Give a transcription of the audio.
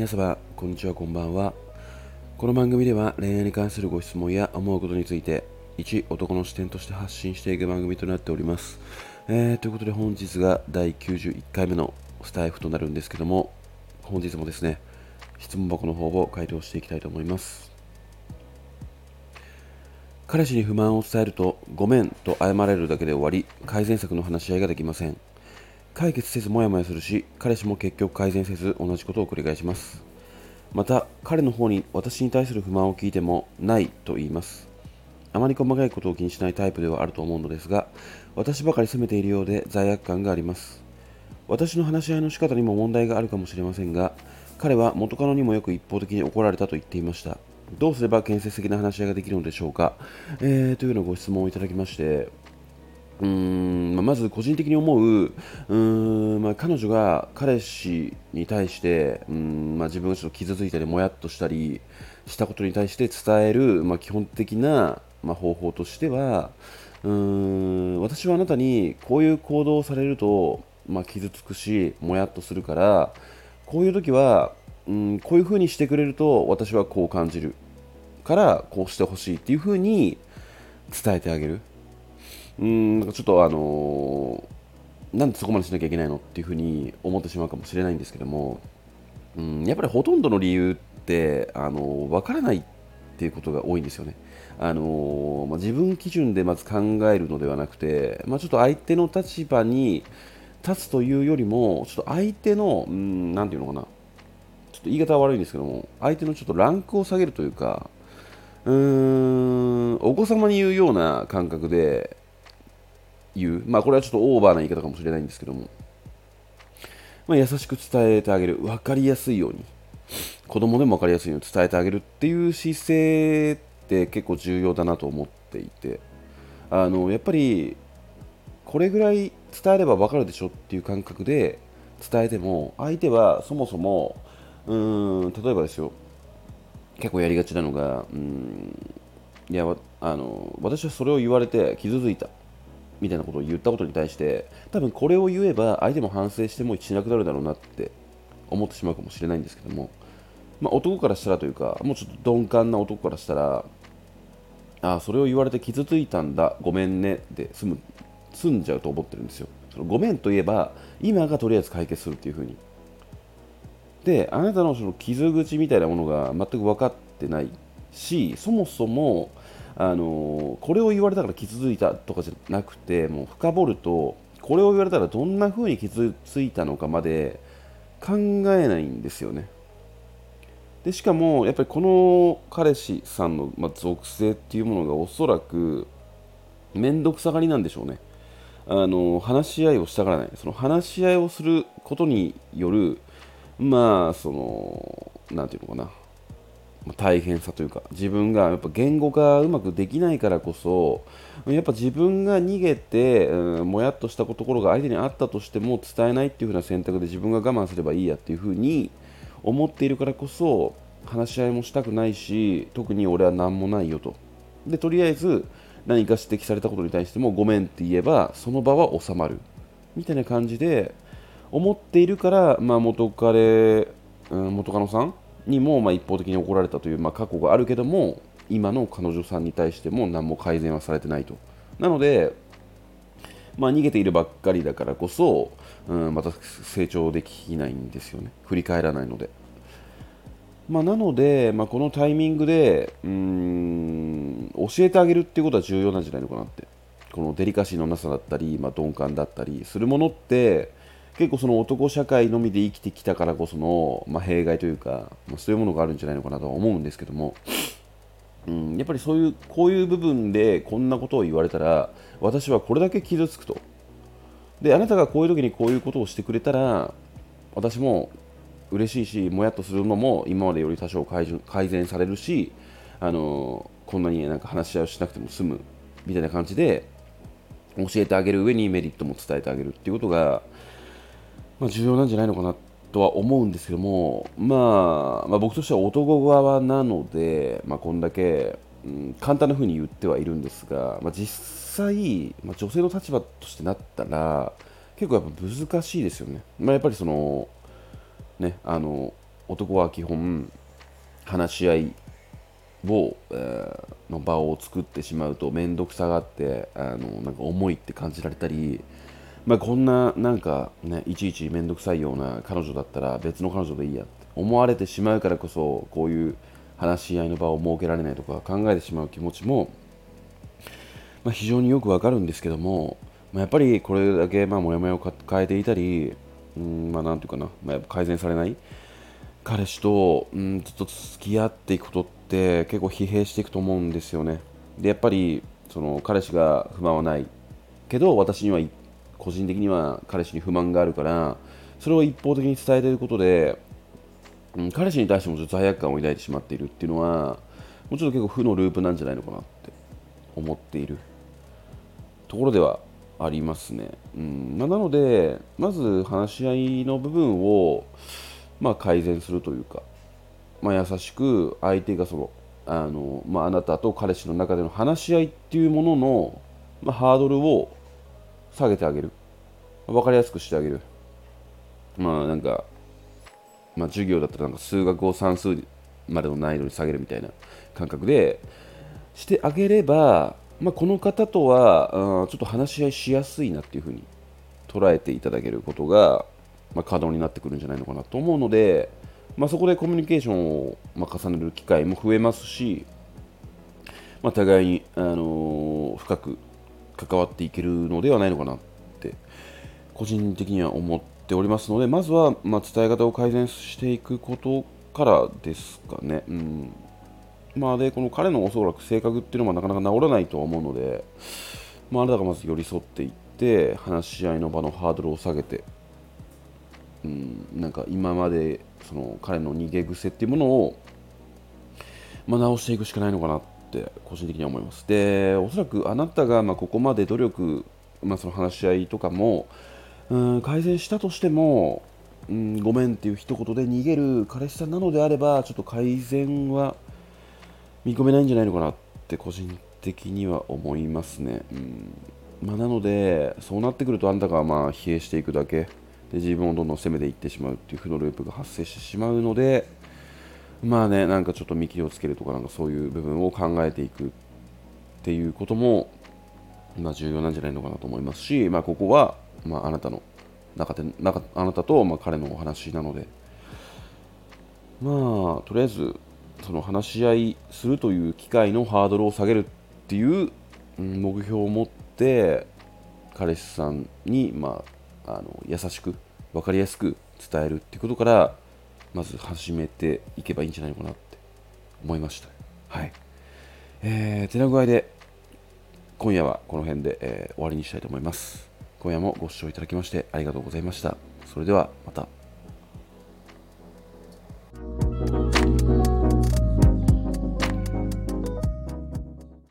皆様、こんにちは、こんばんは。この番組では恋愛に関するご質問や思うことについて、一男の視点として発信していく番組となっております。ということで本日が第91回目のスタイフとなるんですけども、本日もですね、質問箱の方を回答していきたいと思います。彼氏に不満を伝えると、ごめんと謝られるだけで終わり、改善策の話し合いができません。解決せずモヤモヤするし、彼氏も結局改善せず同じことを繰り返します。また、彼の方に私に対する不満を聞いてもないと言います。あまり細かいことを気にしないタイプではあると思うのですが、私ばかり責めているようで罪悪感があります。私の話し合いの仕方にも問題があるかもしれませんが、彼は元カノにもよく一方的に怒られたと言っていました。どうすれば建設的な話し合いができるのでしょうか、というようなご質問をいただきまして、まず個人的に思う、彼女が彼氏に対して、自分がちょっと傷ついたりもやっとしたりしたことに対して伝える、基本的な、方法としては、私はあなたにこういう行動をされると、傷つくしもやっとするから、こういう時は、こういう風にしてくれると私はこう感じるからこうしてほしいっていう風に伝えてあげる。なんかちょっとなんでそこまでしなきゃいけないのっていうふうに思ってしまうかもしれないんですけども、やっぱりほとんどの理由って分からないっていうことが多いんですよね。自分基準でまず考えるのではなくて、ちょっと相手の立場に立つというよりも、ちょっと相手の、なんていうのかな、ちょっと言い方は悪いんですけども、相手のちょっとランクを下げるというか、お子様に言うような感覚で言う、これはちょっとオーバーな言い方かもしれないんですけども、優しく伝えてあげる、分かりやすいように、子供でも分かりやすいように伝えてあげるっていう姿勢って結構重要だなと思っていて、やっぱりこれぐらい伝えれば分かるでしょっていう感覚で伝えても、相手はそもそも、例えばですよ、結構やりがちなのが、いや、私はそれを言われて傷ついたみたいなことを言ったことに対して、多分これを言えば相手も反省してもしなくなるだろうなって思ってしまうかもしれないんですけども、男からしたらというか、もうちょっと鈍感な男からしたら、それを言われて傷ついたんだ、ごめんねで済んじゃうと思ってるんですよ。そのごめんといえば今がとりあえず解決するっていう風に。で、あなたのその傷口みたいなものが全く分かってないし、そもそもこれを言われたから傷ついたとかじゃなくて、もう深掘ると、これを言われたらどんな風に傷ついたのかまで考えないんですよね。でしかもやっぱりこの彼氏さんの、属性っていうものがおそらく面倒くさがりなんでしょうね。話し合いをしたがらない、その話し合いをすることによる、なんていうのかな、大変さというか、自分がやっぱ言語化うまくできないからこそ、やっぱ自分が逃げて、もやっとしたところが相手にあったとしても伝えないっていう風な選択で自分が我慢すればいいやっていう風に思っているからこそ、話し合いもしたくないし、特に俺は何もないよと。で、とりあえず何か指摘されたことに対してもごめんって言えばその場は収まるみたいな感じで思っているから、元カノさんにも一方的に怒られたという、過去があるけども、今の彼女さんに対しても何も改善はされてないと。なので、逃げているばっかりだからこそ、また成長できないんですよね。振り返らないので。なので、このタイミングで教えてあげるっていうことは重要なんじゃないのかなって。このデリカシーのなさだったり、鈍感だったりするものって、結構その男社会のみで生きてきたからこその、弊害というか、そういうものがあるんじゃないのかなとは思うんですけども、やっぱりこういう部分でこんなことを言われたら、私はこれだけ傷つくと。で、あなたがこういう時にこういうことをしてくれたら、私も嬉しいし、もやっとするのも今までより多少改善されるし、こんなになんか話し合いをしなくても済むみたいな感じで教えてあげる上にメリットも伝えてあげるっていうことが、重要なんじゃないのかなとは思うんですけども、僕としては男側なので、こんだけ、簡単な風に言ってはいるんですが、実際、女性の立場としてなったら結構やっぱ難しいですよね。やっぱりそのね、 男は基本話し合いを、の場を作ってしまうと面倒くさがってなんか重いって感じられたり、こんななんかねいちいち面倒くさいような彼女だったら別の彼女でいいやって思われてしまうからこそ、こういう話し合いの場を設けられないとか考えてしまう気持ちも、非常によくわかるんですけども、やっぱりこれだけモヤモヤを抱えていたり、なんていうかな、やっぱ改善されない彼氏と、ずっと付き合っていくことって結構疲弊していくと思うんですよね。で、やっぱりその彼氏が不満はないけど、私には個人的には彼氏に不満があるから、それを一方的に伝えていることで、彼氏に対してもちょっと罪悪感を抱いてしまっているっていうのは、もうちょっと結構負のループなんじゃないのかなって思っているところではありますね。なので、まず話し合いの部分を、改善するというか、優しく相手があなたと彼氏の中での話し合いっていうものの、ハードルを下げてあげる。分かりやすくしてあげる。なんか、授業だったらなんか数学を算数までの難易度に下げるみたいな感覚でしてあげれば、この方とはちょっと話し合いしやすいなっていうふうに捉えていただけることが、可能になってくるんじゃないのかなと思うので、そこでコミュニケーションを、重ねる機会も増えますし、互いに、深く関わっていけるのではないのかなって個人的には思っておりますので、まずは、伝え方を改善していくことからですかね。でこの彼のおそらく性格っていうのはなかなか治らないとは思うので、あなたがまず寄り添っていって話し合いの場のハードルを下げて、なんか今までその彼の逃げ癖っていうものを、直していくしかないのかなって個人的には思います。で、おそらくあなたがここまで努力、その話し合いとかも改善したとしても、ごめんっていう一言で逃げる彼氏さんなのであれば、ちょっと改善は見込めないんじゃないのかなって個人的には思いますね。なので、そうなってくるとあなたが疲弊していくだけで自分をどんどん責めていってしまうっていう負のループが発生してしまうので、なんかちょっと見切りをつけるとか、なんかそういう部分を考えていくっていうことも、重要なんじゃないのかなと思いますし、ここは、あなたのあなたと、彼のお話なので、とりあえずその話し合いするという機会のハードルを下げるっていう、目標を持って彼氏さんに、優しく分かりやすく伝えるっていうことからまず始めていけばいいんじゃないのかなって思いました。はい。てな具合で今夜はこの辺で、終わりにしたいと思います。今夜もご視聴いただきましてありがとうございました。それではまた。